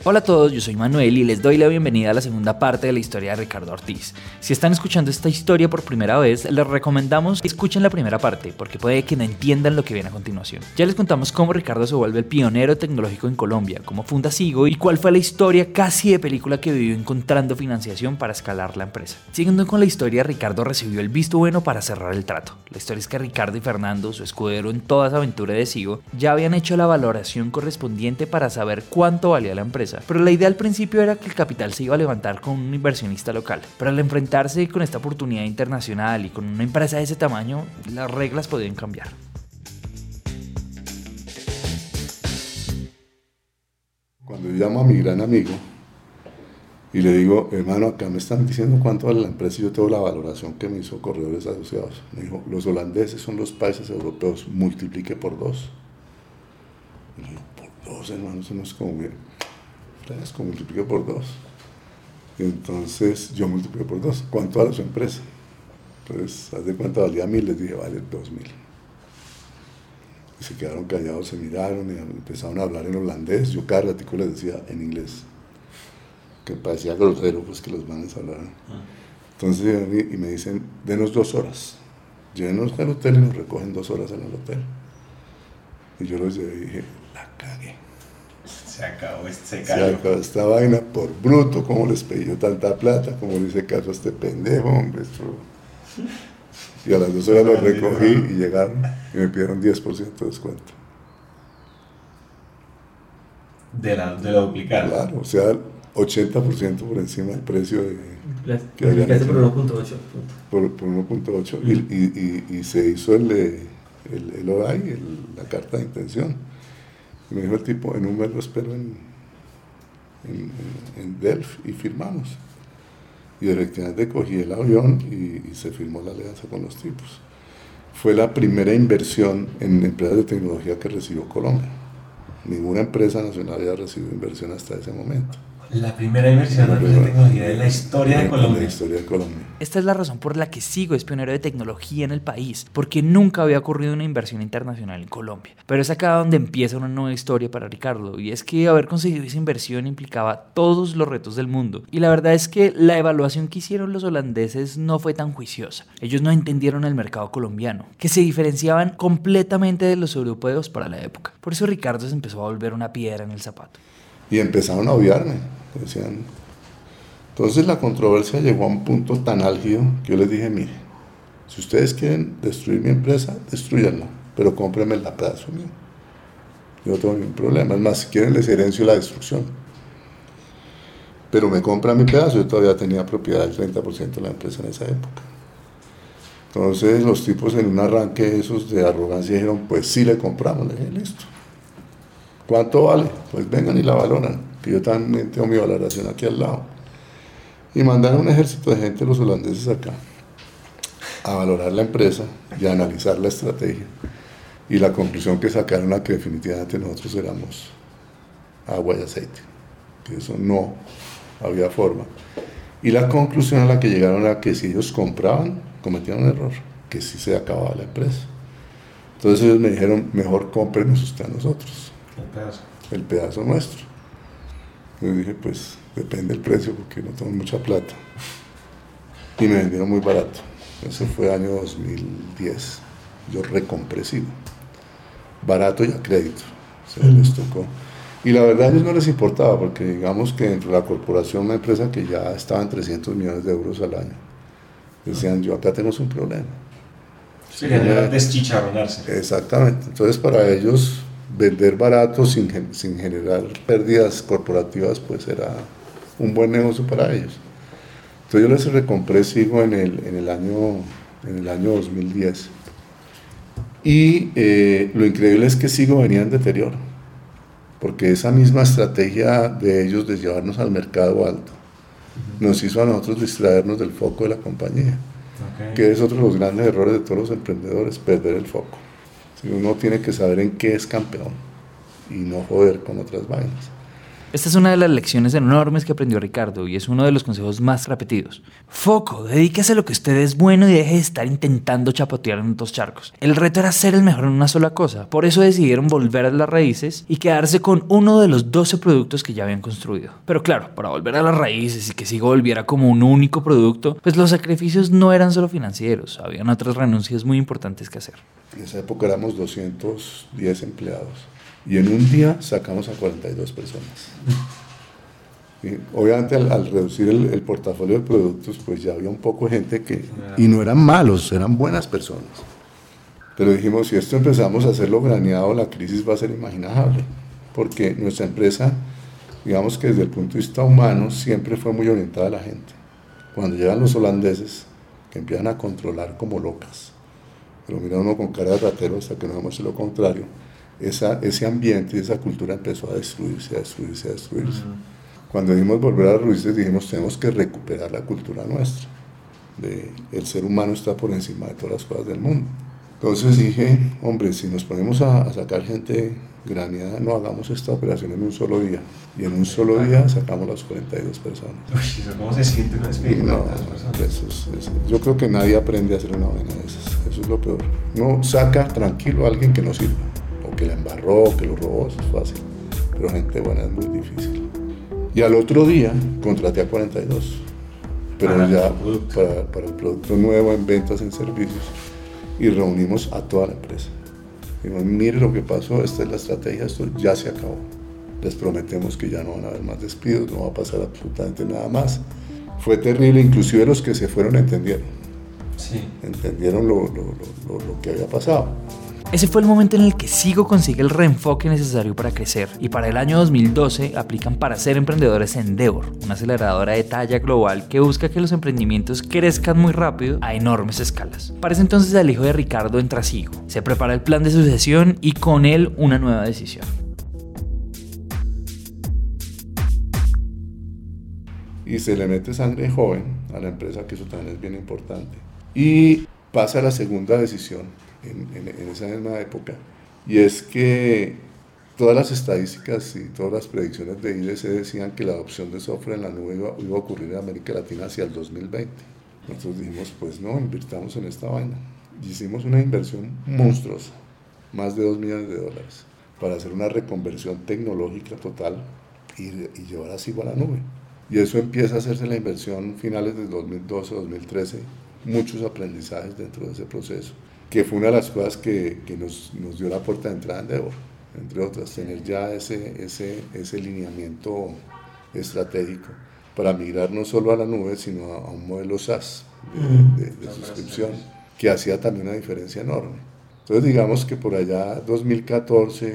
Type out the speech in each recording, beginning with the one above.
Hola a todos, yo soy Manuel y les doy la bienvenida a la segunda parte de la historia de Ricardo Ortiz. Si están escuchando esta historia por primera vez, les recomendamos que escuchen la primera parte, porque puede que no entiendan lo que viene a continuación. Ya les contamos cómo Ricardo se vuelve el pionero tecnológico en Colombia, cómo funda Sigo y cuál fue la historia casi de película que vivió encontrando financiación para escalar la empresa. Siguiendo con la historia, Ricardo recibió el visto bueno para cerrar el trato. La historia es que Ricardo y Fernando, su escudero en toda esa aventura de Sigo, ya habían hecho la valoración correspondiente para saber cuánto valía la empresa. Pero la idea al principio era que el capital se iba a levantar con un inversionista local. Pero al enfrentarse con esta oportunidad internacional y con una empresa de ese tamaño, las reglas podían cambiar. Cuando yo llamo a mi gran amigo y le digo, hermano, acá me están diciendo cuánto vale la empresa y yo tengo la valoración que me hizo Corredores Asociados. Me dijo, los holandeses son los países europeos, multiplique por 2. Y yo, por 2, hermano, eso no es como bien. Fresco, multiplique por 2. Y entonces yo multipliqué por 2. ¿Cuánto vale su empresa? Entonces, haz de cuenta, valía 1.000, les dije, vale 2.000. Y se quedaron callados, se miraron y empezaron a hablar en holandés. Yo cada ratico les decía en inglés, que parecía grosero, pues que los manes hablaran. Entonces, y me dicen, denos 2 horas. Llévenos al hotel y nos recogen 2 horas en el hotel. Y yo los llevé y dije, la cagué. Se acabó esta vaina por bruto, como les pedí yo tanta plata, como le hice caso a este pendejo, hombre. Y a las 2 horas los recogí y llegaron y me pidieron 10% de descuento. De la duplicada. Claro, o sea, 80% por encima del precio de... Que habían hecho por 1.8. Por 1.8 y se hizo el OI, la carta de intención. Y me dijo el tipo, en un mes lo espero en Delft y firmamos. Y efectivamente cogí el avión y se firmó la alianza con los tipos. Fue la primera inversión en empresas de tecnología que recibió Colombia. Ninguna empresa nacional había recibido inversión hasta ese momento. La primera inversión en empresas de tecnología de la historia de Colombia. La historia de Colombia. Esta es la razón por la que Sigo es pionero de tecnología en el país, porque nunca había ocurrido una inversión internacional en Colombia. Pero es acá donde empieza una nueva historia para Ricardo, y es que haber conseguido esa inversión implicaba todos los retos del mundo. Y la verdad es que la evaluación que hicieron los holandeses no fue tan juiciosa. Ellos no entendieron el mercado colombiano, que se diferenciaban completamente de los europeos para la época. Por eso Ricardo se empezó a volver una piedra en el zapato. Y empezaron a odiarme, decían. Entonces la controversia llegó a un punto tan álgido que yo les dije, mire, si ustedes quieren destruir mi empresa, destruyanla, pero cómprenme la pedazo mío. Yo no tengo ningún problema, es más, si quieren les herencio la destrucción. Pero me compran mi pedazo, yo todavía tenía propiedad del 30% de la empresa en esa época. Entonces los tipos en un arranque esos de arrogancia dijeron, pues sí le compramos, le dije, listo. ¿Cuánto vale? Pues vengan y la valoran, que yo también tengo mi valoración aquí al lado. Y mandaron un ejército de gente, los holandeses acá, a valorar la empresa y a analizar la estrategia. Y la conclusión que sacaron era que definitivamente nosotros éramos agua y aceite, que eso no había forma. Y la conclusión a la que llegaron era que si ellos compraban, cometían un error, que sí se acababa la empresa. Entonces ellos me dijeron, mejor cómprenos usted a nosotros. El pedazo nuestro. Yo dije, pues depende del precio porque no tengo mucha plata. Y me vendieron muy barato. Ese fue año 2010. Yo recompré Sigo. Barato y a crédito. O sea, les tocó. Y la verdad a ellos no les importaba porque digamos que dentro de la corporación, una empresa que ya estaba en 300 millones de euros al año, decían, yo acá tenemos un problema. Sí, era deschicharronarse. Exactamente. Entonces para ellos vender barato sin generar pérdidas corporativas pues era un buen negocio para ellos. Entonces yo les recompré Sigo en el año 2010 y lo increíble es que Sigo venía en deterioro porque esa misma estrategia de ellos de llevarnos al mercado alto nos hizo a nosotros distraernos del foco de la compañía, que es otro de los grandes errores de todos los emprendedores, perder el foco. Uno tiene que saber en qué es campeón y no joder con otras vainas. Esta es una de las lecciones enormes que aprendió Ricardo y es uno de los consejos más repetidos. Foco, dedíquese a lo que usted es bueno y deje de estar intentando chapotear en otros charcos. El reto era ser el mejor en una sola cosa, por eso decidieron volver a las raíces y quedarse con uno de los 12 productos que ya habían construido. Pero claro, para volver a las raíces y que Sigo volviera como un único producto, pues los sacrificios no eran solo financieros, habían otras renuncias muy importantes que hacer. En esa época éramos 210 empleados. Y en un día sacamos a 42 personas. Y obviamente al reducir el portafolio de productos, pues ya había un poco de gente que... Y no eran malos, eran buenas personas. Pero dijimos, si esto empezamos a hacerlo graneado, la crisis va a ser inimaginable. Porque nuestra empresa, digamos que desde el punto de vista humano, siempre fue muy orientada a la gente. Cuando llegan los holandeses, que empiezan a controlar como locas, pero mira uno con cara de ratero hasta que no demuestre lo contrario, ese ambiente y esa cultura empezó a destruirse. Cuando dijimos volver a las raíces, dijimos tenemos que recuperar la cultura nuestra. El ser humano está por encima de todas las cosas del mundo. Entonces dije, hombre, si nos ponemos a sacar gente graneada, no hagamos esta operación en un solo día. Y en un solo día sacamos las 42 personas. Uy, ¿cómo se siente una despedida? No, yo creo que nadie aprende a hacer una vaina de esas. Eso es lo peor. No saca tranquilo a alguien que no sirva. Que la embarró, que lo robó, eso es fácil, pero gente buena es muy difícil. Y al otro día contraté a 42, pero ya para el producto nuevo, en ventas, en servicios, y reunimos a toda la empresa. Dijimos, mire lo que pasó, esta es la estrategia, esto ya se acabó. Les prometemos que ya no van a haber más despidos, no va a pasar absolutamente nada más. Fue terrible, inclusive los que se fueron entendieron. Sí. Entendieron lo que había pasado. Ese fue el momento en el que Sigo consigue el reenfoque necesario para crecer y para el año 2012 aplican para ser emprendedores en Endeavor, una aceleradora de talla global que busca que los emprendimientos crezcan muy rápido a enormes escalas. Para ese entonces el hijo de Ricardo entra a Sigo, se prepara el plan de sucesión y con él una nueva decisión. Y se le mete sangre joven a la empresa, que eso también es bien importante. Y pasa la segunda decisión en esa misma época, y es que todas las estadísticas y todas las predicciones de IDC decían que la adopción de software en la nube iba a ocurrir en América Latina hacia el 2020. Nosotros dijimos, pues no, invirtamos en esta vaina. Y hicimos una inversión monstruosa, más de $2 millones, para hacer una reconversión tecnológica total y llevar a Sigo a la nube. Y eso empieza a hacerse la inversión finales del 2012, 2013, muchos aprendizajes dentro de ese proceso, que fue una de las cosas que nos dio la puerta de entrada en Endeavor, entre otras, tener ya ese lineamiento estratégico para migrar no solo a la nube, sino a un modelo SaaS de suscripción, que hacía también una diferencia enorme. Entonces digamos que por allá 2014,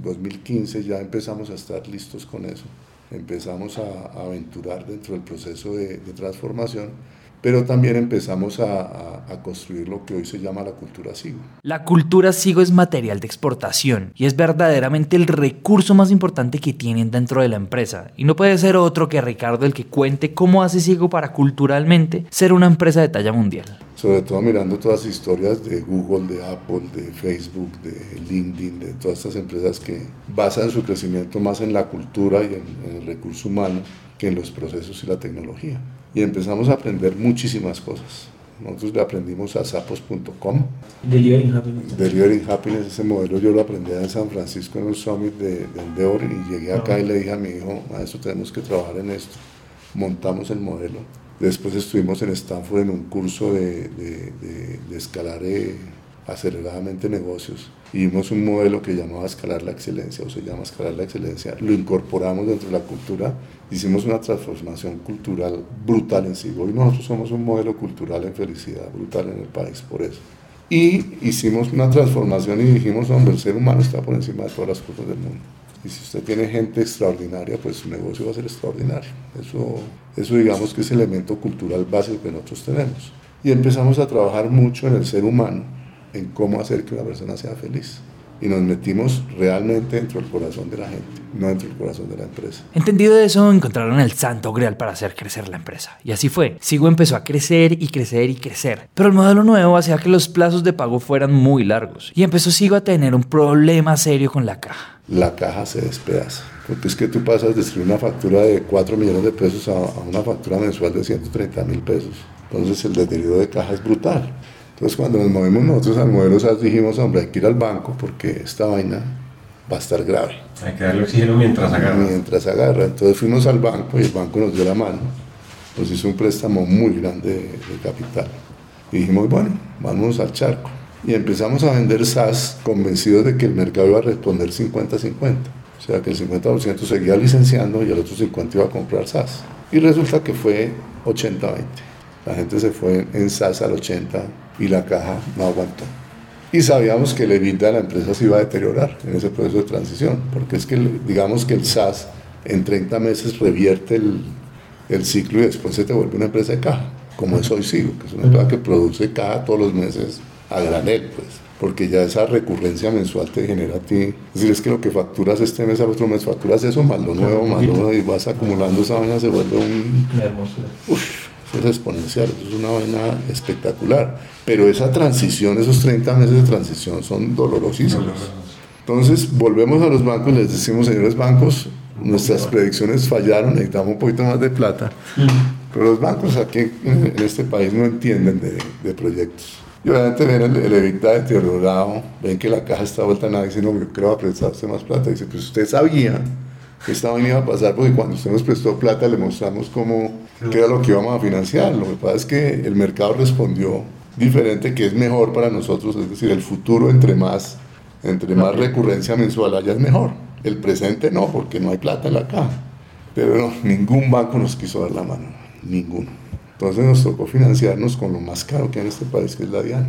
2015 ya empezamos a estar listos con eso, empezamos a aventurar dentro del proceso de transformación, pero también empezamos a construir lo que hoy se llama la cultura Sigo. La cultura Sigo es material de exportación y es verdaderamente el recurso más importante que tienen dentro de la empresa. Y no puede ser otro que Ricardo el que cuente cómo hace Sigo para culturalmente ser una empresa de talla mundial. Sobre todo mirando todas las historias de Google, de Apple, de Facebook, de LinkedIn, de todas estas empresas que basan su crecimiento más en la cultura y en el recurso humano que en los procesos y la tecnología. Y empezamos a aprender muchísimas cosas. Nosotros le aprendimos a Zappos.com. Delivering Happiness. Delivering Happiness, ese modelo yo lo aprendí en San Francisco en un summit de Endeavor, y llegué acá y le dije a mi hijo, maestro, tenemos que trabajar en esto. Montamos el modelo. Después estuvimos en Stanford en un curso de escalar aceleradamente negocios, y vimos un modelo que llamaba Escalar la Excelencia, o se llama Escalar la Excelencia, lo incorporamos dentro de la cultura, hicimos una transformación cultural brutal en Sigo, y nosotros somos un modelo cultural en felicidad brutal en el país por eso. Y hicimos una transformación y dijimos, hombre, el ser humano está por encima de todas las cosas del mundo. Y si usted tiene gente extraordinaria, pues su negocio va a ser extraordinario. Eso digamos que es el elemento cultural básico que nosotros tenemos. Y empezamos a trabajar mucho en el ser humano, en cómo hacer que una persona sea feliz. y nos metimos realmente dentro del corazón de la gente, no dentro del corazón de la empresa. Entendido eso, encontraron el santo grial para hacer crecer la empresa. Y así fue. Sigo empezó a crecer y crecer y crecer. Pero el modelo nuevo hacía que los plazos de pago fueran muy largos. Y empezó Sigo a tener un problema serio con la caja. La caja se despedaza. Porque es que tú pasas de escribir una factura de 4 millones de pesos a una factura mensual de 130.000 pesos. Entonces el deterioro de caja es brutal. Entonces cuando nos movimos nosotros al modelo SAS dijimos, hombre, hay que ir al banco porque esta vaina va a estar grave. Hay que darle oxígeno mientras agarra. Entonces fuimos al banco y el banco nos dio la mano. Nos hizo un préstamo muy grande de capital. Y dijimos, bueno, vamos al charco. Y empezamos a vender SAS convencidos de que el mercado iba a responder 50-50. O sea que el 50% seguía licenciando y el otro 50% iba a comprar SAS. Y resulta que fue 80-20. La gente se fue en SAS al 80% y la caja no aguantó. Y sabíamos que el EBITDA de la empresa se iba a deteriorar en ese proceso de transición, porque es que digamos que el SAS en 30 meses revierte el ciclo y después se te vuelve una empresa de caja, como es hoy Sigo, que es una empresa que produce caja todos los meses a granel, pues, porque ya esa recurrencia mensual te genera a ti. Es decir, es que lo que facturas este mes al otro mes facturas eso, más lo nuevo, y vas acumulando esa vaina, se vuelve un... es exponencial, eso es una vaina espectacular, pero esa transición, esos 30 meses de transición son dolorosísimos. Entonces volvemos a los bancos y les decimos, señores bancos, nuestras predicciones fallaron, necesitamos un poquito más de plata, pero los bancos aquí en este país no entienden de proyectos. Y obviamente ven el EBITDA deteriorado, ven que la caja está vuelta a nada y dicen, no, yo creo que prestar usted más plata. Y dice, pues usted sabía que esta vaina iba a pasar porque cuando usted nos prestó plata le mostramos qué era lo que íbamos a financiar. Lo que pasa es que el mercado respondió diferente, que es mejor para nosotros, es decir, el futuro entre más recurrencia mensual haya es mejor. El presente no, porque no hay plata en la caja. Pero no, ningún banco nos quiso dar la mano, ninguno. Entonces nos tocó financiarnos con lo más caro que hay en este país, que es la DIAN.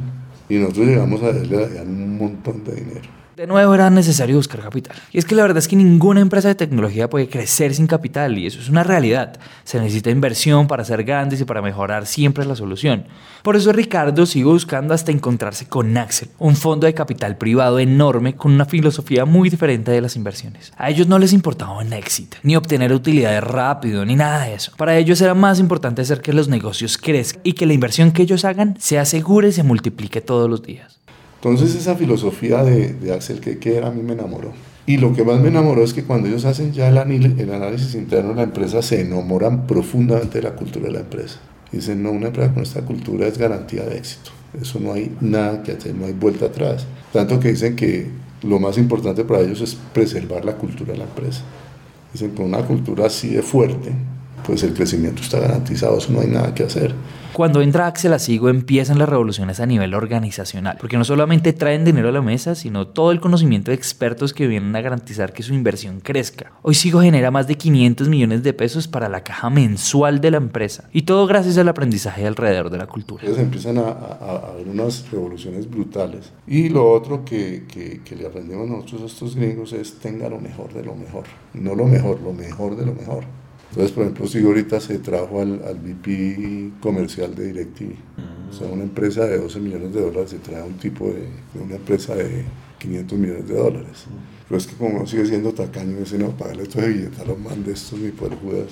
Y nosotros llegamos a darle a la DIAN un montón de dinero. De nuevo era necesario buscar capital. Y es que la verdad es que ninguna empresa de tecnología puede crecer sin capital y eso es una realidad. Se necesita inversión para ser grandes y para mejorar siempre es la solución. Por eso Ricardo sigue buscando hasta encontrarse con Accel, un fondo de capital privado enorme con una filosofía muy diferente de las inversiones. A ellos no les importaba un éxito, ni obtener utilidades rápido, ni nada de eso. Para ellos era más importante hacer que los negocios crezcan y que la inversión que ellos hagan sea segura y se multiplique todos los días. Entonces esa filosofía de Accel que era, a mí me enamoró. Y lo que más me enamoró es que cuando ellos hacen ya el análisis interno de la empresa, se enamoran profundamente de la cultura de la empresa. Dicen, no, una empresa con esta cultura es garantía de éxito. Eso no hay nada que hacer, no hay vuelta atrás. Tanto que dicen que lo más importante para ellos es preservar la cultura de la empresa. Dicen, con una cultura así de fuerte, pues el crecimiento está garantizado, eso no hay nada que hacer. Cuando entra Accel a Sigo empiezan las revoluciones a nivel organizacional, porque no solamente traen dinero a la mesa, sino todo el conocimiento de expertos que vienen a garantizar que su inversión crezca. Hoy Sigo genera más de 500 millones de pesos para la caja mensual de la empresa, y todo gracias al aprendizaje alrededor de la cultura. Entonces empiezan a haber unas revoluciones brutales. Y lo otro que le aprendemos nosotros a estos gringos es tenga lo mejor de lo mejor, no lo mejor de lo mejor. Entonces, por ejemplo, Sigo ahorita se trajo al VP comercial de DirecTV. O sea, una empresa de $12 millones se trae a un tipo de una empresa de $500 millones. Pero es que como uno sigue siendo tacaño, dice, no, págale estos de billetes, los mande estos ni por Judas.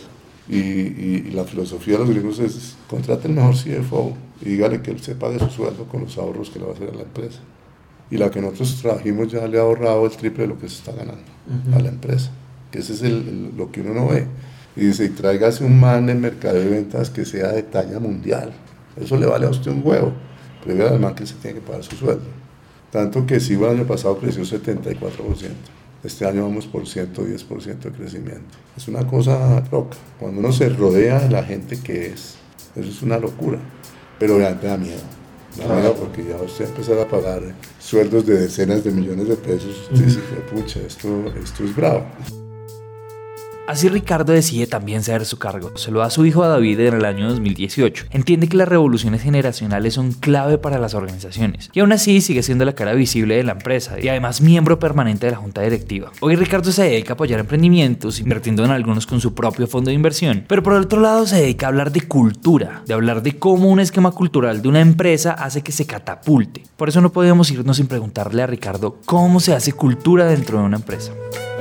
Y la filosofía de los gringos es, contrate el mejor CFO y dígale que él se pague su sueldo con los ahorros que le va a hacer a la empresa. Y la que nosotros trajimos ya le ha ahorrado el triple de lo que se está ganando a la empresa. Que ese es lo que uno no ve. Y dice, tráigase un man en mercado de ventas que sea de talla mundial. Eso le vale a usted un huevo. Pero dígale al man que se tiene que pagar su sueldo. Tanto que Sigo el año pasado creció 74%. Este año vamos por 110% de crecimiento. Es una cosa loca. Cuando uno se rodea de la gente que es, eso es una locura. Pero obviamente da miedo. Da miedo porque ya usted empezar a pagar sueldos de decenas de millones de pesos. Usted dice, pucha, esto es bravo. Así Ricardo decide también ceder su cargo. Se lo da a su hijo David en el año 2018. Entiende que las revoluciones generacionales son clave para las organizaciones y aún así sigue siendo la cara visible de la empresa y además miembro permanente de la junta directiva. Hoy Ricardo se dedica a apoyar emprendimientos, invirtiendo en algunos con su propio fondo de inversión, pero por el otro lado se dedica a hablar de cultura, de hablar de cómo un esquema cultural de una empresa hace que se catapulte. Por eso no podíamos irnos sin preguntarle a Ricardo cómo se hace cultura dentro de una empresa.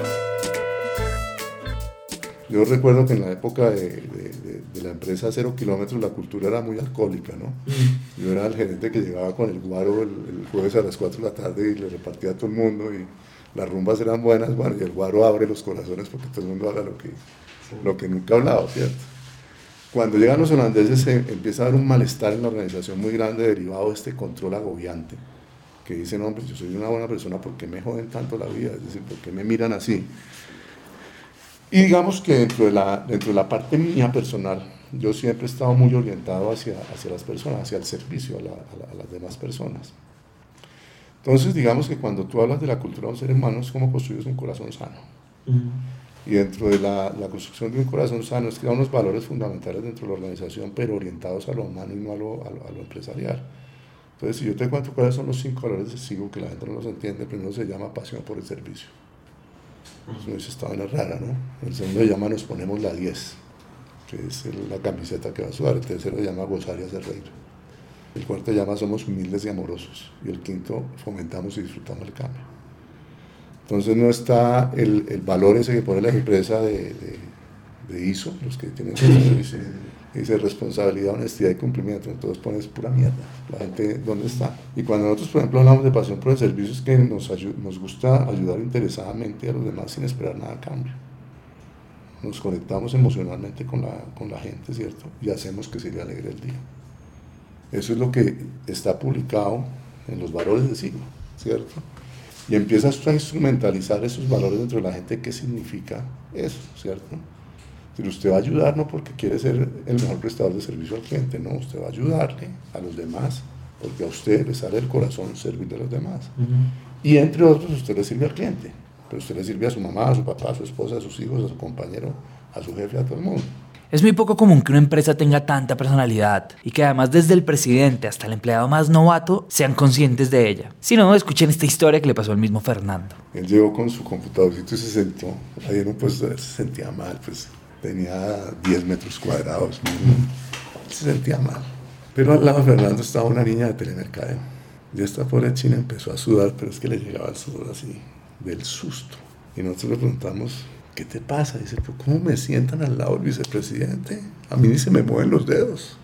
Yo recuerdo que en la época de la empresa 0 kilómetros la cultura era muy alcohólica, ¿no? Yo era el gerente que llegaba con el guaro el jueves a las 4 de la tarde y le repartía a todo el mundo y las rumbas eran buenas, bueno, y el guaro abre los corazones porque todo el mundo habla lo que nunca ha hablado, ¿cierto? Cuando llegan los holandeses empieza a haber un malestar en la organización muy grande derivado de este control agobiante, que dicen, hombre, yo soy una buena persona, ¿por qué me joden tanto la vida? Es decir, ¿por qué me miran así? Y digamos que dentro de la parte mía personal, yo siempre he estado muy orientado hacia las personas, hacia el servicio a las demás personas. Entonces, digamos que cuando tú hablas de la cultura de un ser humano, es como construyes un corazón sano. Y dentro de la construcción de un corazón sano es crear unos valores fundamentales dentro de la organización, pero orientados a lo humano y no a lo empresarial. Entonces, si yo te cuento cuáles son los 5 valores de SIGO, que la gente no los entiende, el primero se llama pasión por el servicio. Eso esta vaina rara, ¿no? El segundo se llama nos ponemos la 10, que es la camiseta que va a sudar. El tercero se llama gozar y hacer reír. El cuarto se llama somos humildes y amorosos. Y el quinto, fomentamos y disfrutamos el cambio. Entonces no está el valor ese que pone la empresa de ISO, los que tienen dice responsabilidad, honestidad y cumplimiento. Entonces pones pura mierda. La gente, ¿dónde está? Y cuando nosotros, por ejemplo, hablamos de pasión por el servicio, es que nos gusta ayudar interesadamente a los demás sin esperar nada a cambio. Nos conectamos emocionalmente con la gente, ¿cierto? Y hacemos que se le alegre el día. Eso es lo que está publicado en los valores de SIGO, ¿cierto? Y empiezas a instrumentalizar esos valores dentro de la gente. ¿Qué significa eso, cierto? Si usted va a ayudar no porque quiere ser el mejor prestador de servicio al cliente, no, usted va a ayudarle a los demás, porque a usted le sale del corazón servirle a los demás. Y entre otros, usted le sirve al cliente, pero usted le sirve a su mamá, a su papá, a su esposa, a sus hijos, a su compañero, a su jefe, a todo el mundo. Es muy poco común que una empresa tenga tanta personalidad y que además desde el presidente hasta el empleado más novato sean conscientes de ella. Si no, escuchen esta historia que le pasó al mismo Fernando. Él llegó con su computadorcito y se sentó, ahí no pues se sentía mal, pues tenía 10 metros cuadrados, se sentía mal. Pero al lado de Fernando estaba una niña de Telemercadeo. Y esta pobre china empezó a sudar, pero es que le llegaba el sudor así, del susto. Y nosotros le preguntamos, ¿qué te pasa? Dice, ¿cómo me sientan al lado del vicepresidente? A mí ni se me mueven los dedos.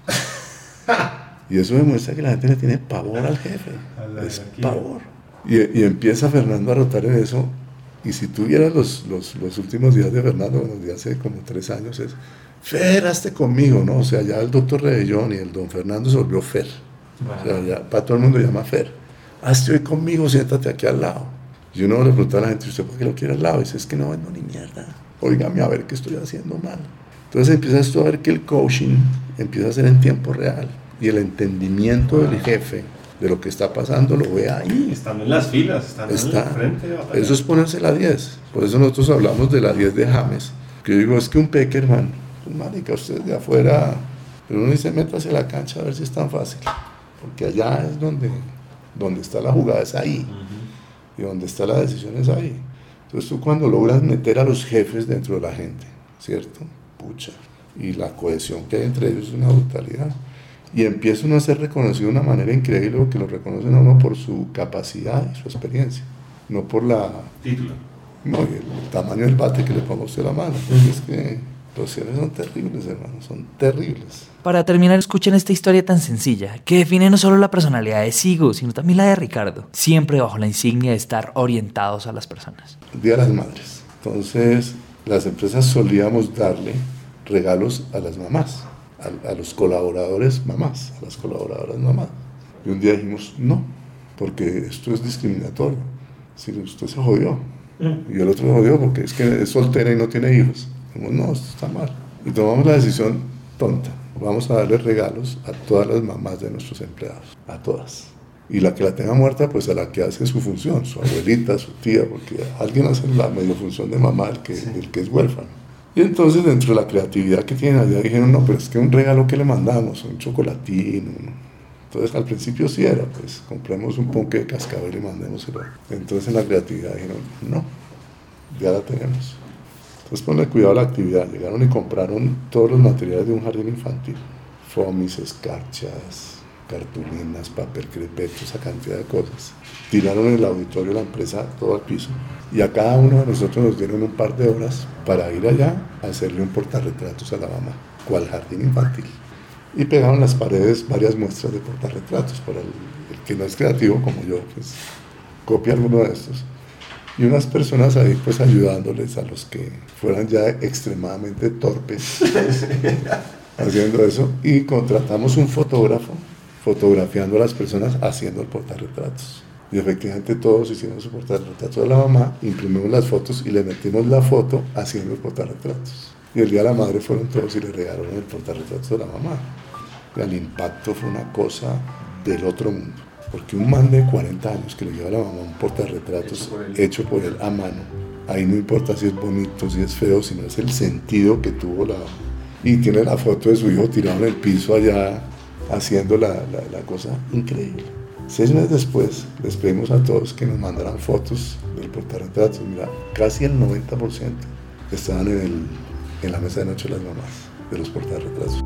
Y eso demuestra que la gente le tiene pavor al jefe. Es pavor. Y empieza Fernando a rotar en eso. Y si tú vieras los últimos días de Fernando, bueno, de hace como 3 años, es Fer, hazte conmigo, ¿no? O sea, ya el doctor Rebellón y el don Fernando se volvió Fer. Wow. O sea, ya para todo el mundo llama Fer. Hazte hoy conmigo, siéntate aquí al lado. Y uno le pregunta a la gente, ¿usted por qué lo quiere al lado? Y dice, es que no vendo ni mierda. Óigame a ver qué estoy haciendo mal. Entonces empiezas tú a ver que el coaching empieza a ser en tiempo real. Y el entendimiento del jefe de lo que está pasando lo ve ahí. Están en las filas, están en el frente de batalla. Eso es ponerse la 10. Por eso nosotros hablamos de la 10 de James. Que yo digo, es que un Peckerman, pues marica, usted de afuera, pero uno dice, métase a la cancha a ver si es tan fácil. Porque allá es donde está la jugada, es ahí. Y donde está la decisión es ahí. Entonces tú cuando logras meter a los jefes dentro de la gente, ¿cierto? Pucha. Y la cohesión que hay entre ellos es una brutalidad. Y empieza uno a ser reconocido de una manera increíble, porque lo reconocen a uno por su capacidad y su experiencia, no por la... título. No, y el tamaño del bate que le ponga usted la mano, porque es que los cierres son terribles, hermano, son terribles. Para terminar, escuchen esta historia tan sencilla, que define no solo la personalidad de SIGO, sino también la de Ricardo, siempre bajo la insignia de estar orientados a las personas. El Día de las Madres. Entonces, las empresas solíamos darle regalos a las mamás, a los colaboradores mamás, a las colaboradoras mamás. Y un día dijimos, no, porque esto es discriminatorio. Si usted se jodió, y el otro se jodió porque es que es soltera y no tiene hijos. Dijimos, no, esto está mal. Y tomamos la decisión tonta. Vamos a darle regalos a todas las mamás de nuestros empleados, a todas. Y la que la tenga muerta, pues a la que hace su función, su abuelita, su tía, porque alguien hace la medio función de mamá, el que es huérfano. Y entonces dentro de la creatividad que tienen allá dijeron, no, pero es que un regalo que le mandamos, un chocolatín, entonces al principio sí era, pues compremos un ponque de cascabel y mandémoselo. Entonces en la creatividad dijeron, no, ya la tenemos. Entonces ponle cuidado a la actividad, llegaron y compraron todos los materiales de un jardín infantil, fomis, escarchas, cartulinas, papel crepé, esa cantidad de cosas. Tiraron en el auditorio de la empresa todo al piso y a cada uno de nosotros nos dieron un par de horas para ir allá a hacerle un portarretratos a la mamá, cual jardín infantil. Y pegaron las paredes varias muestras de portarretratos para el que no es creativo como yo, pues copia alguno de estos. Y unas personas ahí pues ayudándoles a los que fueran ya extremadamente torpes haciendo eso, y contratamos un fotógrafo fotografiando a las personas haciendo el portarretratos. Y efectivamente todos hicimos su portarretrato de la mamá, imprimimos las fotos y le metimos la foto haciendo el portarretratos. Y el día de la madre fueron todos y le regalaron el portarretrato de la mamá. Y el impacto fue una cosa del otro mundo. Porque un man de 40 años que le lleva a la mamá un portarretratos hecho por él a mano, ahí no importa si es bonito, si es feo, sino es el sentido que tuvo la... Y tiene la foto de su hijo tirado en el piso allá, haciendo la cosa increíble. 6 meses después les pedimos a todos que nos mandaran fotos del portarretratos. Mira, casi el 90% estaban en la mesa de noche de las mamás, de los portarretratos.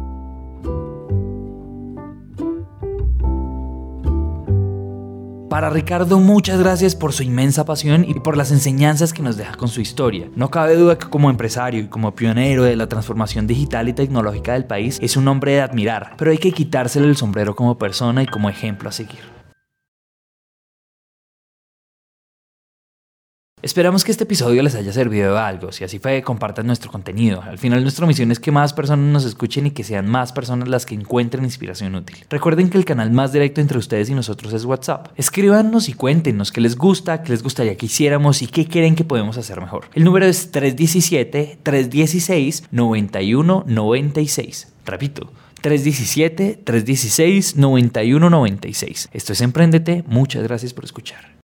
Para Ricardo, muchas gracias por su inmensa pasión y por las enseñanzas que nos deja con su historia. No cabe duda que como empresario y como pionero de la transformación digital y tecnológica del país, es un hombre de admirar, pero hay que quitársele el sombrero como persona y como ejemplo a seguir. Esperamos que este episodio les haya servido de algo. Si así fue, compartan nuestro contenido. Al final, nuestra misión es que más personas nos escuchen y que sean más personas las que encuentren inspiración útil. Recuerden que el canal más directo entre ustedes y nosotros es WhatsApp. Escríbanos y cuéntenos qué les gusta, qué les gustaría que hiciéramos y qué creen que podemos hacer mejor. El número es 317-316-9196. Repito, 317-316-9196. Esto es Emprendete. Muchas gracias por escuchar.